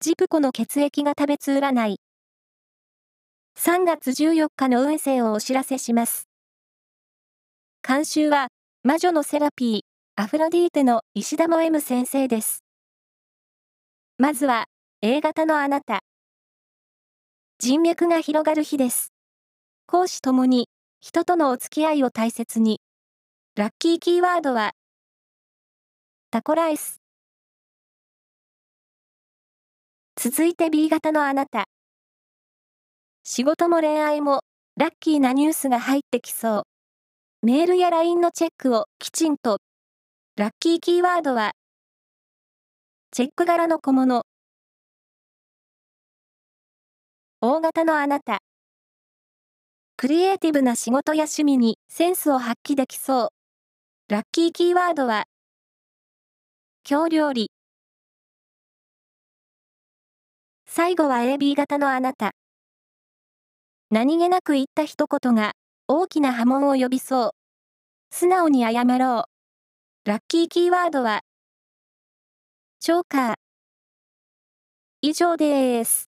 ジプコの血液が食べつ占い。3月14日の運勢をお知らせします。監修は、魔女のセラピー、アフロディーテの石田も M 先生です。まずは、A 型のあなた。人脈が広がる日です。公私ともに、人とのお付き合いを大切に。ラッキーキーワードは、タコライス。続いて B 型のあなた。仕事も恋愛も、ラッキーなニュースが入ってきそう。メールや LINE のチェックをきちんと。ラッキーキーワードは、チェック柄の小物。大型のあなた。クリエイティブな仕事や趣味にセンスを発揮できそう。ラッキーキーワードは、京料理。最後は AB 型のあなた。何気なく言った一言が大きな波紋を呼びそう。素直に謝ろう。ラッキーキーワードは、チョーカー。以上です。